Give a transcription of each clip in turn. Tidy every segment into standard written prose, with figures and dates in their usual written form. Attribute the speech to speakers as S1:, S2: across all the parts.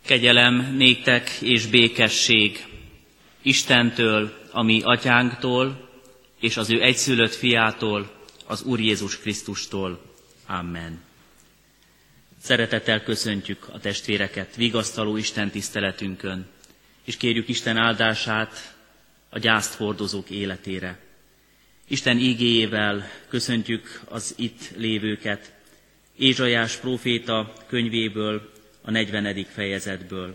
S1: Kegyelem néktek és békesség Istentől, a mi atyánktól, és az ő egyszülött fiától, az Úr Jézus Krisztustól. Amen. Szeretettel köszöntjük a testvéreket vigasztaló Isten tiszteletünkön, és kérjük Isten áldását a gyászt hordozók életére. Isten ígéjével köszöntjük az itt lévőket, Ézsaiás próféta könyvéből, a 40. fejezetből.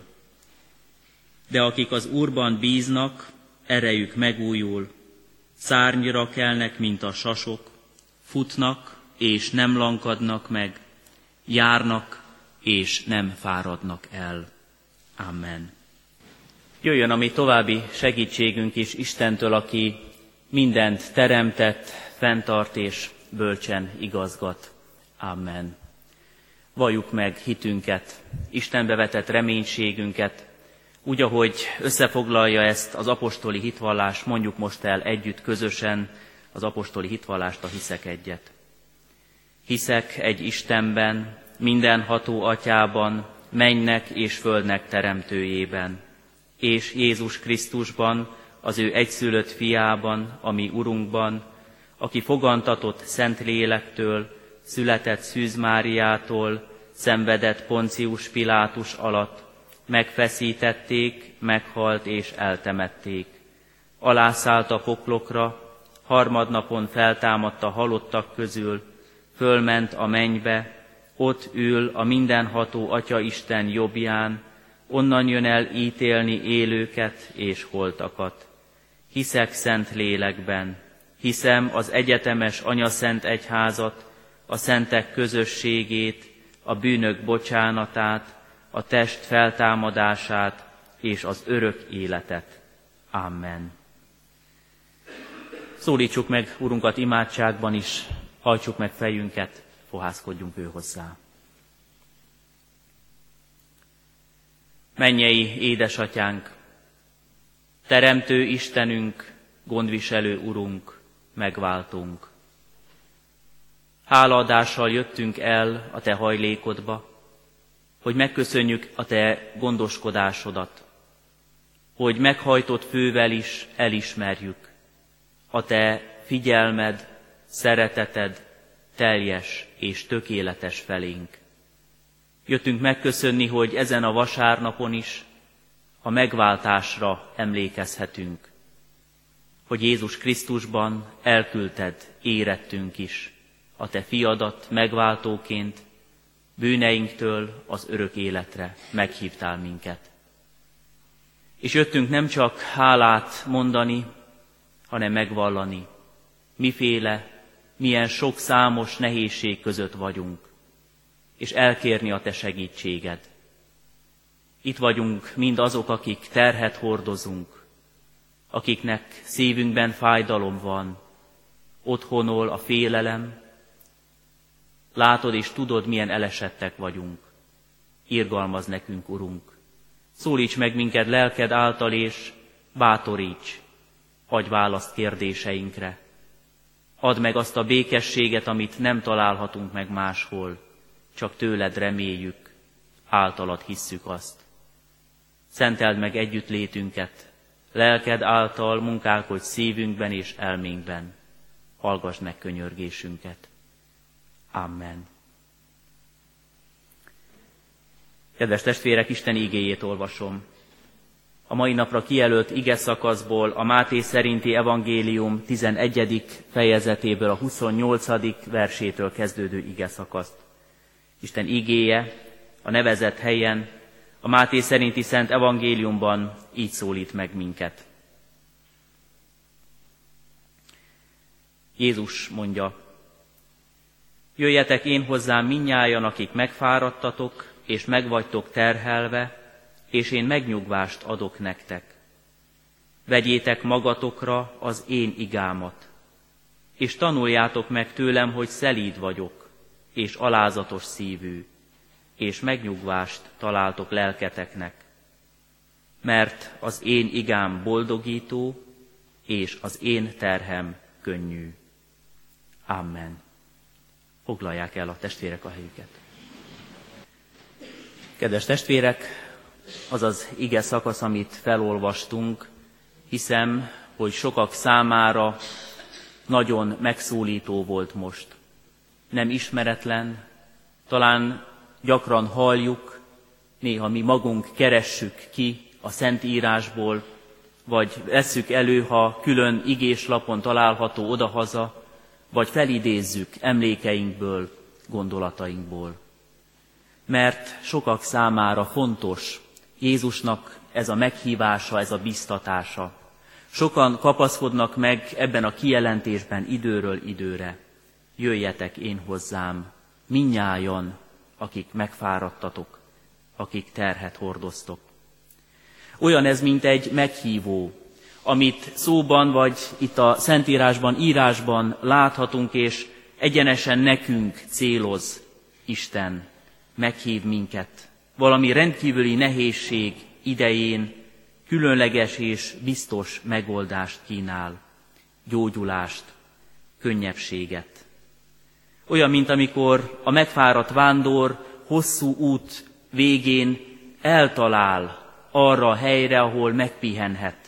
S1: De akik az Úrban bíznak, erejük megújul, szárnyra kelnek, mint a sasok, futnak és nem lankadnak meg, járnak és nem fáradnak el. Amen. Jöjjön a mi további segítségünk is Istentől, aki mindent teremtett, fenntart és bölcsen igazgat. Amen. Valljuk meg hitünket, Istenbe vetett reménységünket, úgy, ahogy összefoglalja ezt az apostoli hitvallás, mondjuk most el együtt, közösen az apostoli hitvallást, a hiszek egyet. Hiszek egy Istenben, mindenható Atyában, mennynek és földnek teremtőjében, és Jézus Krisztusban, az ő egyszülött fiában, a mi Urunkban, aki fogantatott Szent Lélektől, született Szűz Máriától, szenvedett Poncius Pilátus alatt, megfeszítették, meghalt és eltemették. Alászállt a poklokra, harmadnapon feltámadt a halottak közül, fölment a mennybe, ott ül a mindenható Atya Isten jobbján, onnan jön el ítélni élőket és holtakat. Hiszek Szent Lélekben, hiszem az egyetemes Anyaszent Egyházat, a szentek közösségét, a bűnök bocsánatát, a test feltámadását és az örök életet. Amen. Szólítsuk meg Urunkat imádságban is, hajtsuk meg fejünket, fohászkodjunk ő hozzá. Mennyei édesatyánk, teremtő Istenünk, gondviselő Urunk, megváltunk. Hálaadással jöttünk el a Te hajlékodba, hogy megköszönjük a Te gondoskodásodat, hogy meghajtott fővel is elismerjük a Te figyelmed, szereteted teljes és tökéletes felénk. Jöttünk megköszönni, hogy ezen a vasárnapon is a megváltásra emlékezhetünk, hogy Jézus Krisztusban elküldted érettünk is, a Te fiadat megváltóként, bűneinktől az örök életre meghívtál minket. És jöttünk nem csak hálát mondani, hanem megvallani, milyen sok számos nehézség között vagyunk, és elkérni a Te segítséged. Itt vagyunk mind azok, akik terhet hordozunk, akiknek szívünkben fájdalom van, otthonol a félelem. Látod és tudod, milyen elesettek vagyunk. Irgalmazz nekünk, Urunk. Szólíts meg minket lelked által, és bátoríts. Adj választ kérdéseinkre. Add meg azt a békességet, amit nem találhatunk meg máshol. Csak tőled reméljük, általad hisszük azt. Szenteld meg együttlétünket. Lelked által munkálkodj szívünkben és elménkben. Hallgass meg könyörgésünket. Amen. Kedves testvérek, Isten igéjét olvasom. A mai napra kijelölt igeszakaszból a Máté szerinti evangélium 11. fejezetéből a 28. versétől kezdődő igeszakaszt. Isten igéje a nevezett helyen, a Máté szerinti szent evangéliumban így szólít meg minket. Jézus mondja: Jöjjetek én hozzám mindnyájan, akik megfáradtatok, és megvagytok terhelve, és én megnyugvást adok nektek. Vegyétek magatokra az én igámat, és tanuljátok meg tőlem, hogy szelíd vagyok, és alázatos szívű, és megnyugvást találtok lelketeknek. Mert az én igám boldogító, és az én terhem könnyű. Amen. Foglalják el a testvérek a helyüket. Kedves testvérek, az az ige szakasz, amit felolvastunk, hiszem, hogy sokak számára nagyon megszólító volt most. Nem ismeretlen, talán gyakran halljuk, néha mi magunk keressük ki a Szentírásból, vagy vesszük elő, ha külön igéslapon található odahaza, vagy felidézzük emlékeinkből, gondolatainkból. Mert sokak számára fontos Jézusnak ez a meghívása, ez a biztatása. Sokan kapaszkodnak meg ebben a kijelentésben időről időre. Jöjjetek én hozzám, mindnyájan, akik megfáradtatok, akik terhet hordoztok. Olyan ez, mint egy meghívó, amit szóban vagy itt a Szentírásban, írásban láthatunk, és egyenesen nekünk céloz Isten, meghív minket. Valami rendkívüli nehézség idején különleges és biztos megoldást kínál, gyógyulást, könnyebbséget. Olyan, mint amikor a megfáradt vándor hosszú út végén eltalál arra a helyre, ahol megpihenhet.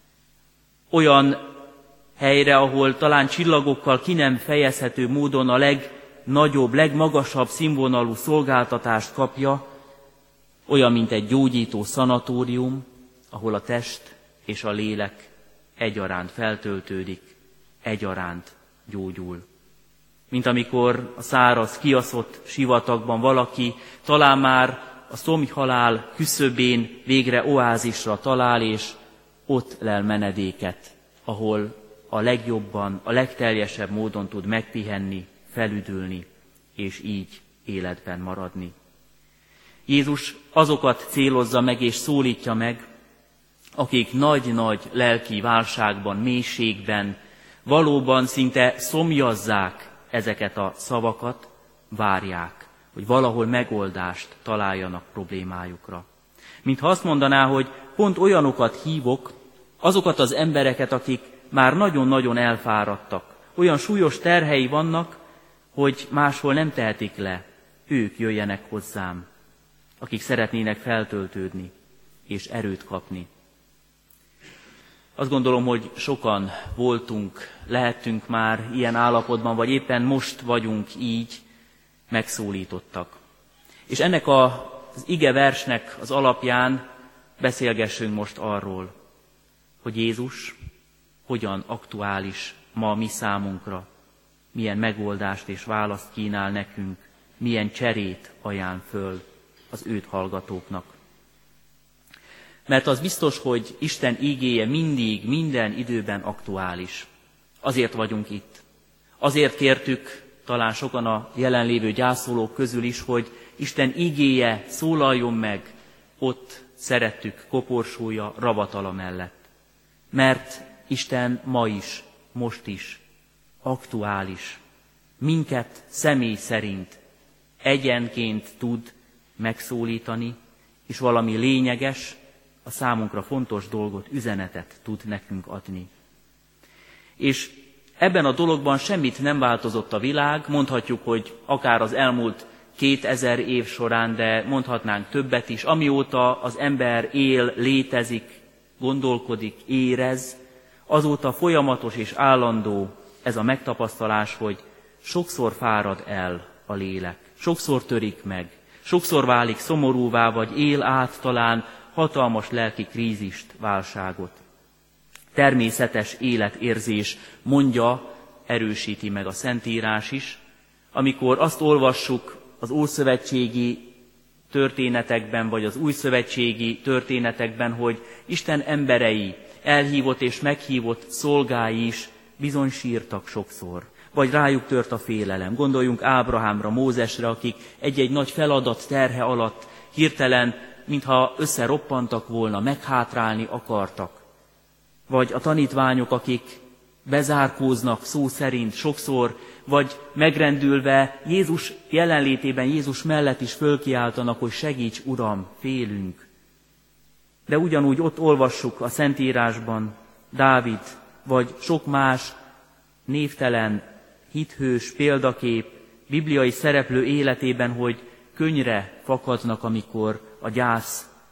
S1: Olyan helyre, ahol talán csillagokkal ki nem fejezhető módon a legnagyobb, legmagasabb színvonalú szolgáltatást kapja, olyan, mint egy gyógyító szanatórium, ahol a test és a lélek egyaránt feltöltődik, egyaránt gyógyul. Mint amikor a száraz, kiaszott sivatagban valaki talán már a szomjhalál küszöbén végre oázisra talál, és ott lel menedéket, ahol a legjobban, a legteljesebb módon tud megpihenni, felüdülni, és így életben maradni. Jézus azokat célozza meg és szólítja meg, akik nagy-nagy lelki válságban, mélységben, valóban szinte szomjazzák ezeket a szavakat, várják, hogy valahol megoldást találjanak problémájukra. Mintha azt mondaná, hogy pont olyanokat hívok, azokat az embereket, akik már nagyon-nagyon elfáradtak, olyan súlyos terhei vannak, hogy máshol nem tehetik le, ők jöjjenek hozzám, akik szeretnének feltöltődni és erőt kapni. Azt gondolom, hogy sokan voltunk, lehettünk már ilyen állapotban, vagy éppen most vagyunk így, megszólítottak. És ennek az igeversnek az alapján beszélgessünk most arról, hogy Jézus hogyan aktuális ma a mi számunkra, milyen megoldást és választ kínál nekünk, milyen cserét ajánl föl az őt hallgatóknak. Mert az biztos, hogy Isten ígéje mindig, minden időben aktuális. Azért vagyunk itt. Azért kértük, talán sokan a jelenlévő gyászolók közül is, hogy Isten ígéje szólaljon meg ott szerettük koporsója Ravatala mellett. Mert Isten ma is, most is aktuális. Minket személy szerint egyenként tud megszólítani, és valami lényeges, a számunkra fontos dolgot, üzenetet tud nekünk adni. És ebben a dologban semmit nem változott a világ, mondhatjuk, hogy akár az elmúlt 2000 év során, de mondhatnánk többet is, amióta az ember él, létezik, gondolkodik, érez, azóta folyamatos és állandó ez a megtapasztalás, hogy sokszor fárad el a lélek, sokszor törik meg, sokszor válik szomorúvá, vagy él át talán hatalmas lelki krízist, válságot. Természetes életérzés mondja, erősíti meg a Szentírás is, amikor azt olvassuk az ószövetségi történetekben, vagy az újszövetségi történetekben, hogy Isten emberei, elhívott és meghívott szolgái is bizony sírtak sokszor, vagy rájuk tört a félelem. Gondoljunk Ábrahámra, Mózesre, akik egy-egy nagy feladat terhe alatt hirtelen, mintha összeroppantak volna, meghátrálni akartak. Vagy a tanítványok, akik bezárkóznak szó szerint sokszor, vagy megrendülve Jézus jelenlétében, Jézus mellett is fölkiáltanak, hogy segíts, Uram, félünk. De ugyanúgy ott olvassuk a Szentírásban Dávid, vagy sok más névtelen, hithős példakép, bibliai szereplő életében, hogy könnyre fakadnak, amikor a gyász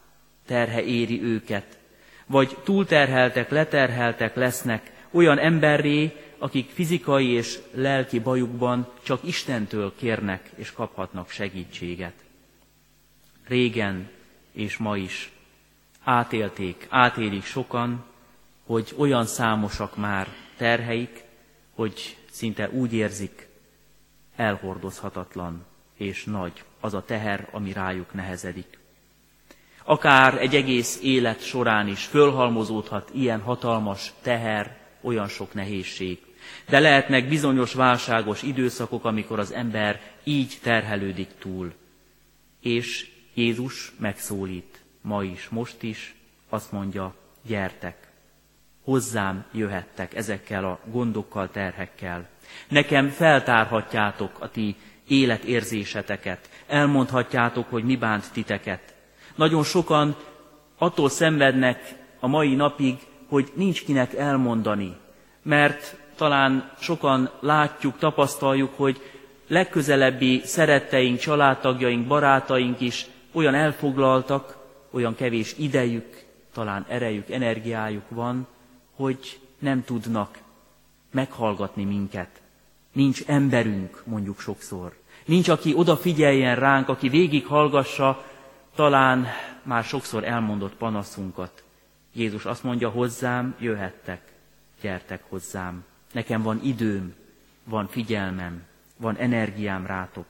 S2: terhe éri őket, vagy túlterheltek, leterheltek lesznek olyan emberré, akik fizikai és lelki bajukban csak Istentől kérnek és kaphatnak segítséget. Régen és ma is átélik sokan, hogy olyan számosak már terheik, hogy szinte úgy érzik, elhordozhatatlan és nagy az a teher, ami rájuk nehezedik. Akár egy egész élet során is fölhalmozódhat ilyen hatalmas teher, olyan sok nehézség. De lehetnek bizonyos válságos időszakok, amikor az ember így terhelődik túl. És Jézus megszólít, ma is, most is, azt mondja, gyertek, hozzám jöhettek ezekkel a gondokkal, terhekkel. Nekem feltárhatjátok a ti életérzéseteket, elmondhatjátok, hogy mi bánt titeket. Nagyon sokan attól szenvednek a mai napig, hogy nincs kinek elmondani, mert talán sokan látjuk, tapasztaljuk, hogy legközelebbi szeretteink, családtagjaink, barátaink is olyan elfoglaltak, olyan kevés idejük, talán erejük, energiájuk van, hogy nem tudnak meghallgatni minket. Nincs emberünk, mondjuk sokszor. Nincs, aki odafigyeljen ránk, aki végighallgassa talán már sokszor elmondott panaszunkat. Jézus azt mondja, hozzám jöhettek, gyertek hozzám. Nekem van időm, van figyelmem, van energiám rátok.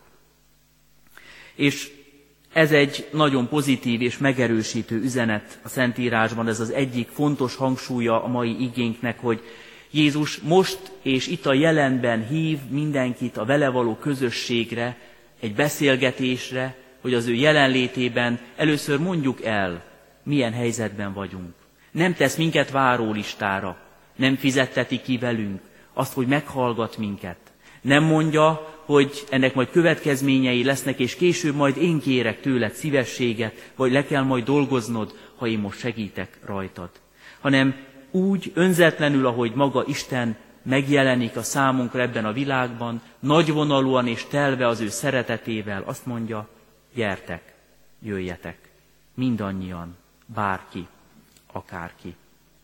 S2: És ez egy nagyon pozitív és megerősítő üzenet a Szentírásban, ez az egyik fontos hangsúlya a mai igénknek, hogy Jézus most és itt a jelenben hív mindenkit a vele való közösségre, egy beszélgetésre, hogy az ő jelenlétében először mondjuk el, milyen helyzetben vagyunk. Nem tesz minket várólistára, nem fizetteti ki velünk azt, hogy meghallgat minket. Nem mondja, hogy ennek majd következményei lesznek, és később majd én kérek tőled szívességet, vagy le kell majd dolgoznod, ha én most segítek rajtad. Hanem úgy önzetlenül, ahogy maga Isten megjelenik a számunkra ebben a világban, nagyvonalúan és telve az ő szeretetével, azt mondja, gyertek, jöjjetek, mindannyian, bárki, akárki.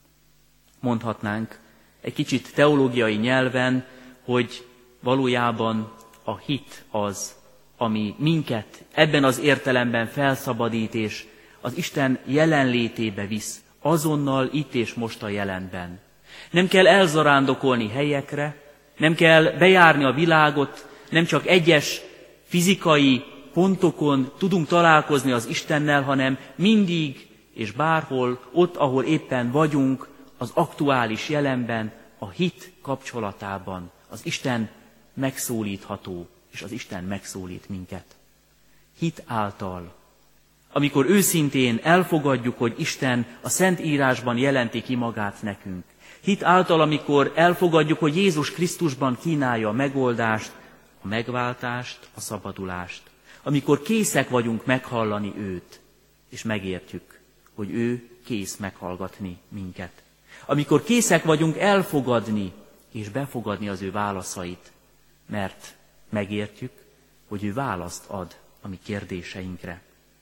S2: Mondhatnánk egy kicsit teológiai nyelven, hogy valójában a hit az, ami minket ebben az értelemben felszabadít, és az Isten jelenlétébe visz, azonnal itt és most a jelenben. Nem kell elzarándokolni helyekre, nem kell bejárni a világot, nem csak egyes fizikai pontokon tudunk találkozni az Istennel, hanem mindig és bárhol, ott, ahol éppen vagyunk, az aktuális jelenben, a hit kapcsolatában. Az Isten megszólítható, és az Isten megszólít minket. Hit által. Amikor őszintén elfogadjuk, hogy Isten a Szentírásban jelenti ki magát nekünk. Hit által, amikor elfogadjuk, hogy Jézus Krisztusban kínálja a megoldást, a megváltást, a szabadulást. Amikor készek vagyunk meghallani őt, és megértjük, hogy ő kész meghallgatni minket. Amikor készek vagyunk elfogadni és befogadni az ő válaszait, mert megértjük, hogy ő választ ad a mi kérdéseinkre.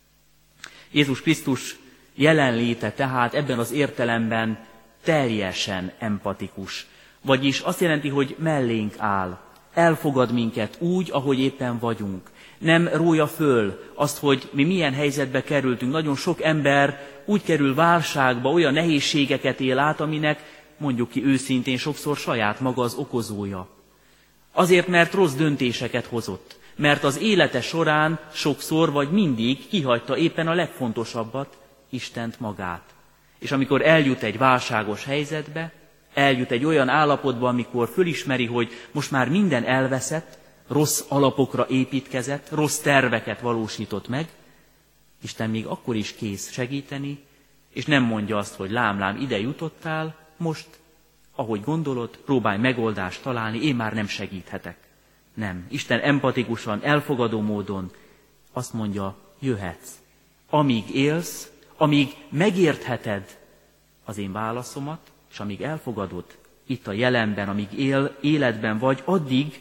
S2: Jézus Krisztus jelenléte tehát ebben az értelemben teljesen empatikus, vagyis azt jelenti, hogy mellénk áll, elfogad minket úgy, ahogy éppen vagyunk. Nem rója föl azt, hogy mi milyen helyzetbe kerültünk. Nagyon sok ember úgy kerül válságba, olyan nehézségeket él át, aminek, mondjuk ki őszintén, sokszor saját maga az okozója. Azért, mert rossz döntéseket hozott. Mert az élete során sokszor vagy mindig kihagyta éppen a legfontosabbat, Istent magát. És amikor eljut egy válságos helyzetbe, eljut egy olyan állapotba, amikor fölismeri, hogy most már minden elveszett, rossz alapokra építkezett, rossz terveket valósított meg, Isten még akkor is kész segíteni, és nem mondja azt, hogy lám, ide jutottál, most, ahogy gondolod, próbálj megoldást találni, én már nem segíthetek. Nem. Isten empatikusan, elfogadó módon azt mondja, jöhetsz. Amíg élsz, amíg megértheted az én válaszomat, és amíg elfogadod itt a jelenben, amíg életben vagy, addig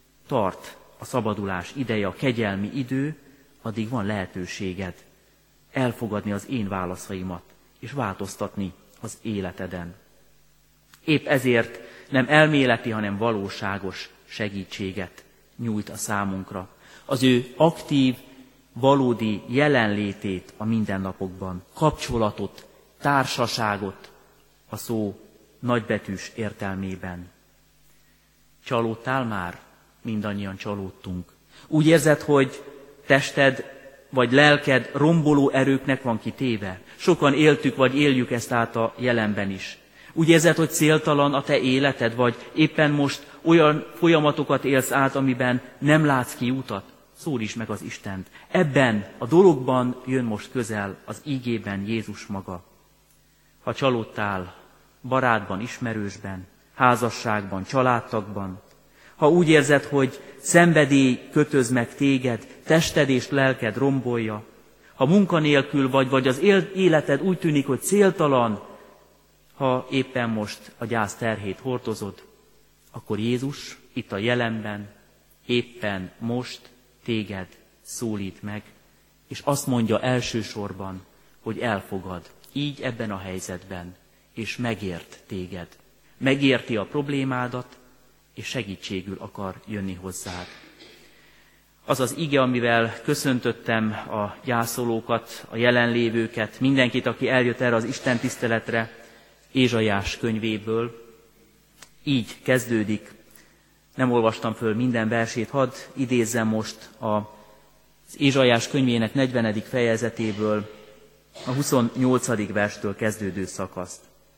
S2: tart a szabadulás ideje, a kegyelmi idő, addig van lehetőséged elfogadni az én válaszaimat, és változtatni az életeden. Épp ezért nem elméleti, hanem valóságos segítséget nyújt a számunkra. Az ő aktív, valódi jelenlétét a mindennapokban, kapcsolatot, társaságot a szó nagybetűs értelmében. Csalódtál már? Mindannyian csalódtunk. Úgy érzed, hogy tested vagy lelked romboló erőknek van kitéve? Sokan éltük vagy éljük ezt át a jelenben is. Úgy érzed, hogy céltalan a te életed, vagy éppen most olyan folyamatokat élsz át, amiben nem látsz kiutat? Szólítsd meg az Istent. Ebben a dologban jön most közel az ígében Jézus maga. Ha csalódtál barátban, ismerősben, házasságban, családtagban, ha úgy érzed, hogy szenvedély kötöz meg téged, tested és lelked rombolja, ha munkanélkül vagy az életed úgy tűnik, hogy céltalan, ha éppen most a gyász terhét hordozod, akkor Jézus itt a jelenben, éppen most téged szólít meg, és azt mondja elsősorban, hogy elfogad, így ebben a helyzetben, és megért téged. Megérti a problémádat, és segítségül akar jönni hozzád. Az az ige, amivel köszöntöttem a gyászolókat, a jelenlévőket, mindenkit, aki eljött erre az Isten tiszteletre, Ézsaiás könyvéből, így kezdődik. Nem olvastam föl minden versét, hadd idézzem most az Ézsaiás könyvének 40. fejezetéből, a 28. verstől kezdődő szakaszt.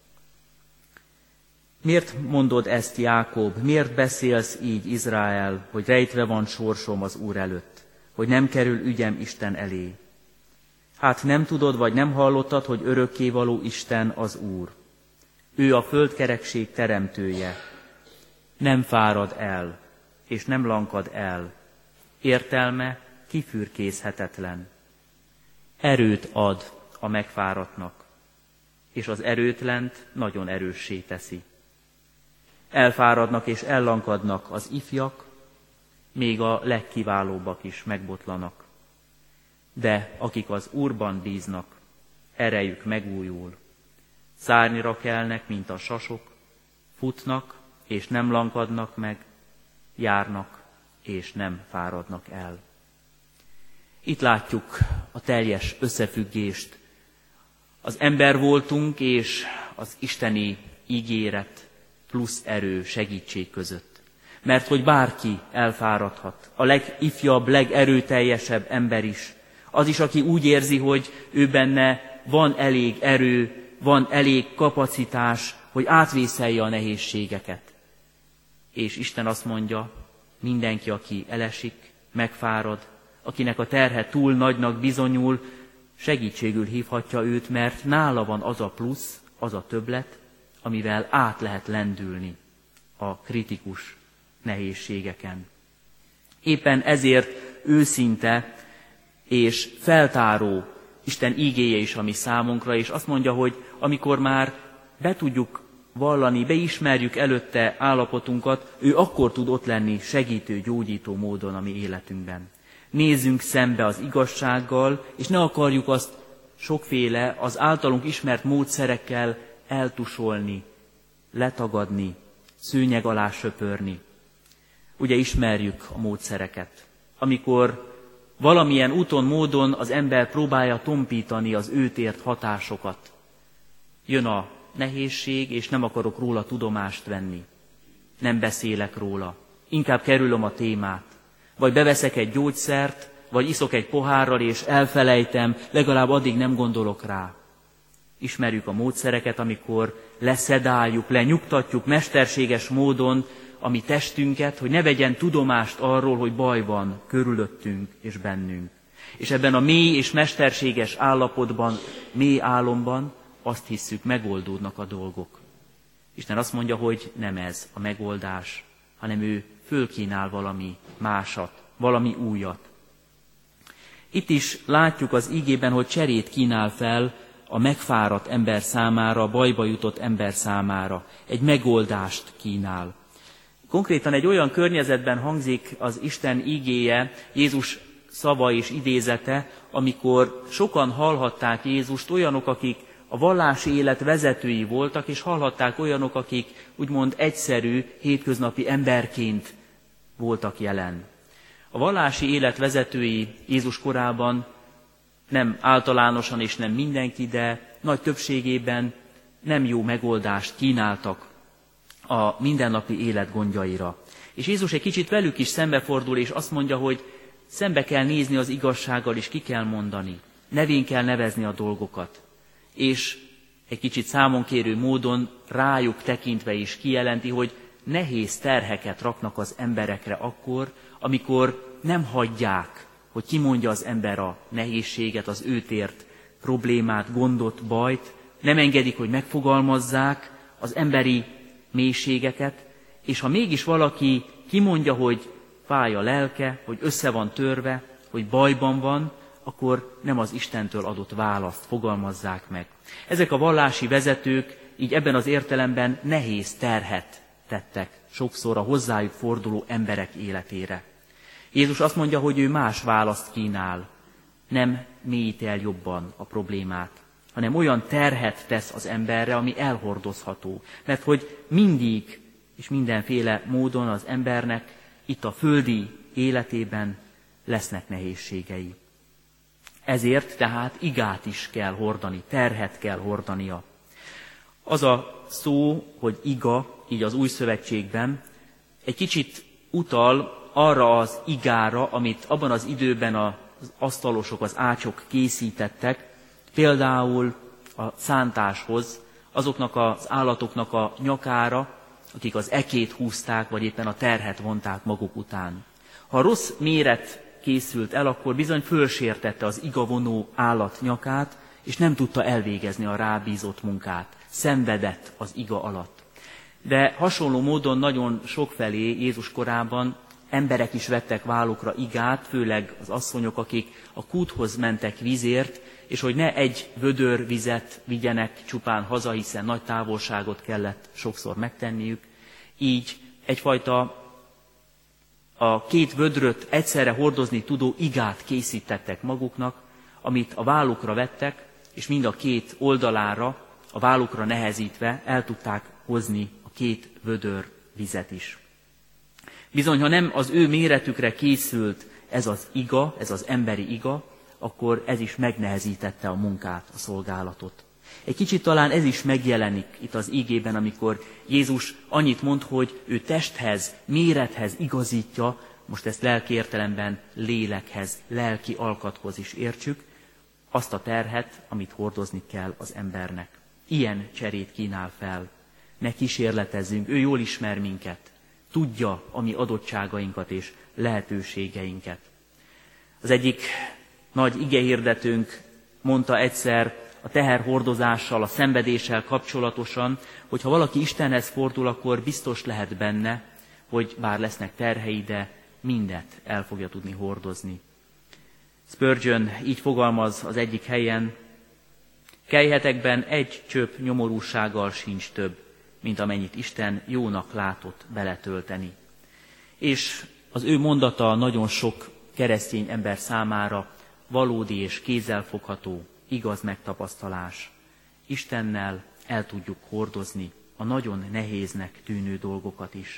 S2: Miért mondod ezt, Jákob? Miért beszélsz így, Izrael, hogy rejtve van sorsom az Úr előtt, hogy nem kerül ügyem Isten elé? Hát nem tudod, vagy nem hallottad, hogy örökkévaló Isten az Úr. Ő a földkerekség teremtője. Nem fárad el, és nem lankad el. Értelme kifürkészhetetlen. Erőt ad a megfáradtnak, és az erőtlent nagyon erőssé teszi. Elfáradnak és ellankadnak az ifjak, még a legkiválóbbak is megbotlanak. De akik az Úrban bíznak, erejük megújul. Szárnyra kelnek, mint a sasok, futnak és nem lankadnak meg, járnak és nem fáradnak el. Itt látjuk a teljes összefüggést. Az ember voltunk és az isteni ígéret plusz erő, segítség között. Mert hogy bárki elfáradhat, a legifjabb, legerőteljesebb ember is, az is, aki úgy érzi, hogy ő benne van elég erő, van elég kapacitás, hogy átvészelje a nehézségeket. És Isten azt mondja, mindenki, aki elesik, megfárad, akinek a terhe túl nagynak bizonyul, segítségül hívhatja őt, mert nála van az a plusz, az a többlet, amivel át lehet lendülni a kritikus nehézségeken. Éppen ezért őszinte és feltáró Isten ígéje is a mi számunkra, és azt mondja, hogy amikor már be tudjuk vallani, beismerjük előtte állapotunkat, ő akkor tud ott lenni segítő, gyógyító módon a mi életünkben. Nézzünk szembe az igazsággal, és ne akarjuk azt sokféle, az általunk ismert módszerekkel eltusolni, letagadni, szőnyeg alá söpörni. Ugye ismerjük a módszereket. Amikor valamilyen úton, módon az ember próbálja tompítani az őt ért hatásokat. Jön a nehézség, és nem akarok róla tudomást venni. Nem beszélek róla. Inkább kerülöm a témát. Vagy beveszek egy gyógyszert, vagy iszok egy pohárral, és elfelejtem, legalább addig nem gondolok rá. Ismerjük a módszereket, amikor leszedáljuk, lenyugtatjuk mesterséges módon a mi testünket, hogy ne vegyen tudomást arról, hogy baj van körülöttünk és bennünk. És ebben a mély és mesterséges állapotban, mély álomban azt hisszük, megoldódnak a dolgok. Isten azt mondja, hogy nem ez a megoldás, hanem ő fölkínál valami másat, valami újat. Itt is látjuk az ígében, hogy cserét kínál fel a megfáradt ember számára, a bajba jutott ember számára. Egy megoldást kínál. Konkrétan egy olyan környezetben hangzik az Isten ígéje, Jézus szava és idézete, amikor sokan hallhatták Jézust, olyanok, akik a vallási élet vezetői voltak, és hallhatták olyanok, akik úgymond egyszerű, hétköznapi emberként voltak jelen. A vallási élet vezetői Jézus korában nem általánosan és nem mindenki, de nagy többségében nem jó megoldást kínáltak a mindennapi élet gondjaira. És Jézus egy kicsit velük is szembefordul, és azt mondja, hogy szembe kell nézni az igazsággal, és ki kell mondani. Nevén kell nevezni a dolgokat. És egy kicsit számonkérő módon rájuk tekintve is kijelenti, hogy nehéz terheket raknak az emberekre akkor, amikor nem hagyják, hogy kimondja az ember a nehézséget, az őt ért problémát, gondot, bajt, nem engedik, hogy megfogalmazzák az emberi mélységeket, és ha mégis valaki kimondja, hogy fáj a lelke, hogy össze van törve, hogy bajban van, akkor nem az Istentől adott választ fogalmazzák meg. Ezek a vallási vezetők így ebben az értelemben nehéz terhet tettek sokszor a hozzájuk forduló emberek életére. Jézus azt mondja, hogy ő más választ kínál, nem mélyíti el jobban a problémát, hanem olyan terhet tesz az emberre, ami elhordozható. Mert hogy mindig és mindenféle módon az embernek itt a földi életében lesznek nehézségei. Ezért tehát igát is kell hordani, terhet kell hordania. Az a szó, hogy iga, így az Új Szövetségben, egy kicsit utal arra az igára, amit abban az időben az asztalosok, az ácsok készítettek, például a szántáshoz, azoknak az állatoknak a nyakára, akik az ekét húzták, vagy éppen a terhet vonták maguk után. Ha rossz méret készült el, akkor bizony fölsértette az igavonó állat nyakát, és nem tudta elvégezni a rábízott munkát. Szenvedett az iga alatt. De hasonló módon nagyon sokfelé Jézus korában emberek is vettek vállukra igát, főleg az asszonyok, akik a kúthoz mentek vízért, és hogy ne egy vödör vizet vigyenek csupán haza, hiszen nagy távolságot kellett sokszor megtenniük. Így egyfajta a két vödröt egyszerre hordozni tudó igát készítettek maguknak, amit a vállukra vettek, és mind a két oldalára, a vállukra nehezítve el tudták hozni a két vödör vizet is. Bizony, ha nem az ő méretükre készült ez az iga, ez az emberi iga, akkor ez is megnehezítette a munkát, a szolgálatot. Egy kicsit talán ez is megjelenik itt az ígében, amikor Jézus annyit mond, hogy ő testhez, mérethez igazítja, most ezt lelki értelemben lélekhez, lelki alkathoz is értsük, azt a terhet, amit hordozni kell az embernek. Ilyen cserét kínál fel. Ne kísérletezzünk, ő jól ismer minket, tudja a mi adottságainkat és lehetőségeinket. Az egyik nagy igehirdetőnk mondta egyszer a teherhordozással, a szenvedéssel kapcsolatosan, hogy ha valaki Istenhez fordul, akkor biztos lehet benne, hogy bár lesznek terhei, de mindet el fogja tudni hordozni. Spurgeon így fogalmaz az egyik helyen: kelyhetekben egy csöpp nyomorúsággal sincs több, mint amennyit Isten jónak látott beletölteni. És az ő mondata nagyon sok keresztény ember számára valódi és kézzelfogható, igaz megtapasztalás. Istennel el tudjuk hordozni a nagyon nehéznek tűnő dolgokat is.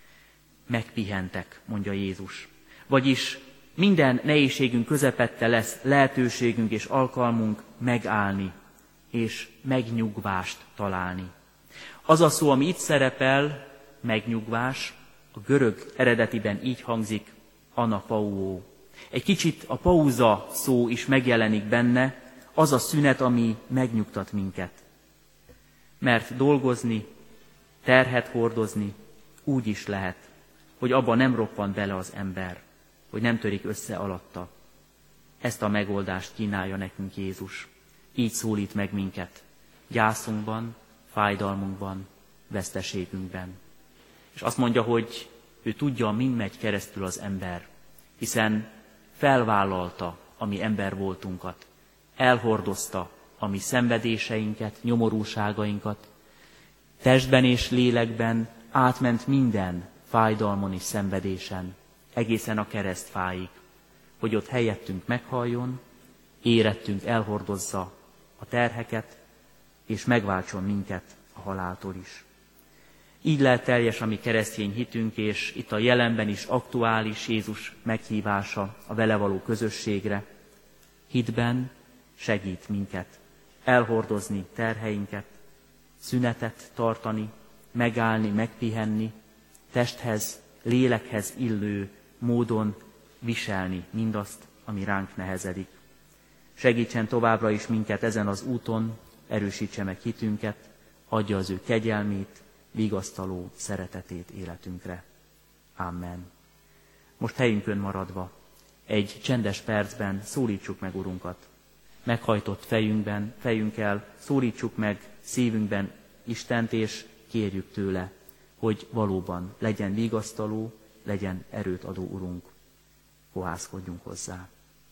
S2: Megpihentek, mondja Jézus. Vagyis minden nehézségünk közepette lesz lehetőségünk és alkalmunk megállni, és megnyugvást találni. Az a szó, ami itt szerepel, megnyugvás, a görög eredetiben így hangzik, anapauó. Egy kicsit a pauza szó is megjelenik benne, az a szünet, ami megnyugtat minket. Mert dolgozni, terhet hordozni úgy is lehet, hogy abban nem roppan bele az ember, hogy nem törik össze alatta. Ezt a megoldást kínálja nekünk Jézus. Így szólít meg minket, gyászunkban, fájdalmunkban, veszteségünkben. És azt mondja, hogy ő tudja, mind megy keresztül az ember, hiszen felvállalta a mi ember voltunkat, elhordozta a mi szenvedéseinket, nyomorúságainkat, testben és lélekben átment minden fájdalmon és szenvedésen, egészen a keresztfáig. hogy ott helyettünk meghalljon, érettünk elhordozza a terheket, és megváltson minket a haláltól is. Így lehet teljes a mi keresztény hitünk, és itt a jelenben is aktuális Jézus meghívása a vele való közösségre. Hitben segít minket elhordozni terheinket, szünetet tartani, megállni, megpihenni, testhez, lélekhez illő módon viselni mindazt, ami ránk nehezedik. Segítsen továbbra is minket ezen az úton, erősítse meg hitünket, adja az ő kegyelmét, vigasztaló szeretetét életünkre. Amen. Most helyünkön maradva, egy csendes percben szólítsuk meg Urunkat. Meghajtott fejünkkel szólítsuk meg szívünkben Istent, és kérjük tőle, hogy valóban legyen vigasztaló, legyen erőt adó Urunk. Fohászkodjunk hozzá.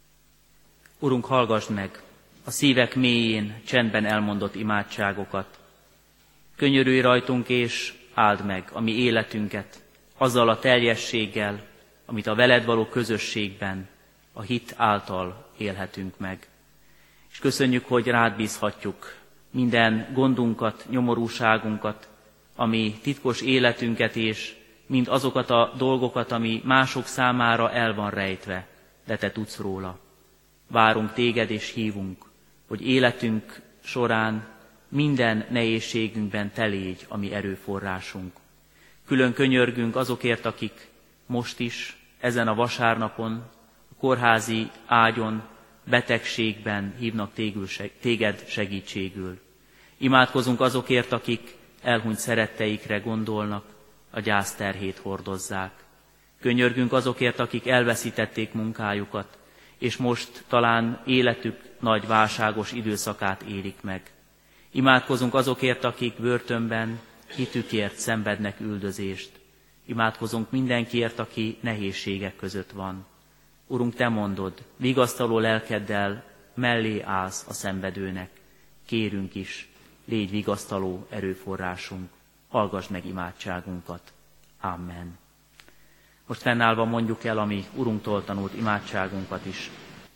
S2: Urunk, hallgassd meg a szívek mélyén csendben elmondott imádságokat. Könyörülj rajtunk, és áld meg a mi életünket azzal a teljességgel, amit a veled való közösségben, a hit által élhetünk meg. És köszönjük, hogy rád bízhatjuk minden gondunkat, nyomorúságunkat, ami titkos életünket, és mind azokat a dolgokat, ami mások számára el van rejtve, de te tudsz róla. Várunk téged és hívunk, hogy életünk során minden nehézségünkben te légy a mi erőforrásunk. Külön könyörgünk azokért, akik most is, ezen a vasárnapon, a kórházi ágyon, betegségben hívnak téged segítségül. Imádkozunk azokért, akik elhunyt szeretteikre gondolnak, a gyász terhét hordozzák. Könyörgünk azokért, akik elveszítették munkájukat, és most talán életük nagy válságos időszakát élik meg. Imádkozunk azokért, akik börtönben hitükért szenvednek üldözést. Imádkozunk mindenkiért, aki nehézségek között van. Urunk, te mondod, vigasztaló lelkeddel mellé állsz a szenvedőnek. Kérünk is, légy vigasztaló erőforrásunk, hallgass meg imádságunkat. Amen. Most fennállva mondjuk el a mi Urunktól tanult imádságunkat is.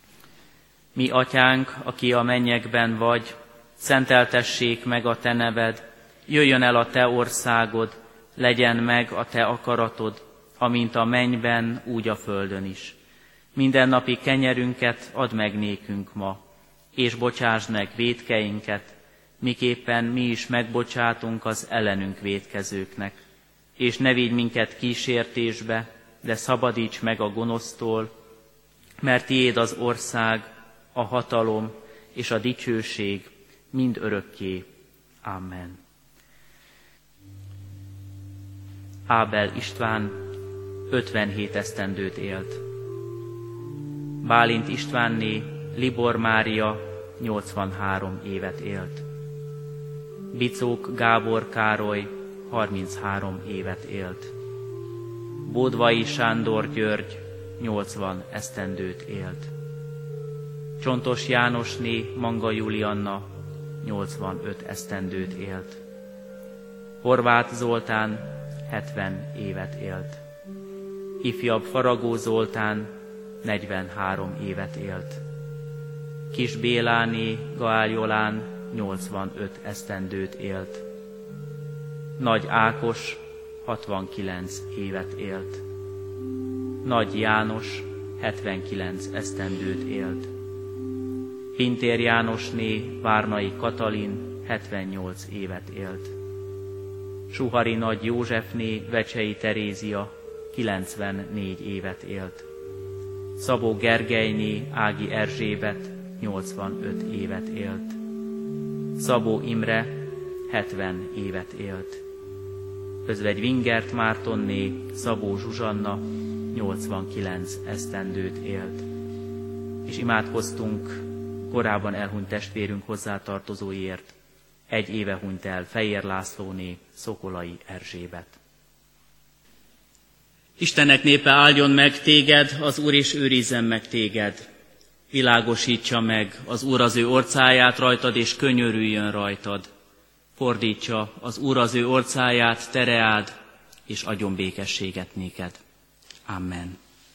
S2: Mi atyánk, aki a mennyekben vagy, szenteltessék meg a te neved, jöjjön el a te országod, legyen meg a te akaratod, amint a mennyben, úgy a földön is. Mindennapi kenyerünket add meg nékünk ma, és bocsásd meg vétkeinket, miképpen mi is megbocsátunk az ellenünk vétkezőknek. És ne vigy minket kísértésbe, de szabadíts meg a gonosztól, mert tiéd az ország, a hatalom és a dicsőség mind örökké. Amen. Ábel István 57 esztendőt élt. Bálint Istvánné Libor Mária 83 évet élt. Bicók Gábor Károly 33 évet élt. Bódvai Sándor György 80 esztendőt élt. Csontos Jánosné Manga Julianna 85 esztendőt élt. Horváth Zoltán 70 évet élt. Ifjabb Faragó Zoltán 43 évet élt. Kis Béláné Gaál Jolán 85 esztendőt élt. Nagy Ákos 69 évet élt. Nagy János 79 esztendőt élt. Pintér Jánosné Várnai Katalin 78 évet élt. Suhari Nagy Józsefné Vecsei Terézia 94 évet élt. Szabó Gergelyné Ági Erzsébet 85 évet élt. Szabó Imre 70 évet élt. Özvegy Vingert Mártonné Szabó Zsuzsanna 89 esztendőt élt. És imádkoztunk korábban elhunyt testvérünk hozzátartozóiért. 1 éve hunyt el Fejér Lászlóné Szokolai Erzsébet.
S1: Istennek népe, áldjon meg téged, az Úr, és őrizzen meg téged. Világosítsa meg az Úr az ő orcáját rajtad, és könyörüljön rajtad. Fordítsa az Úr az ő orcáját, te reád, és adjon békességet néked. Amen.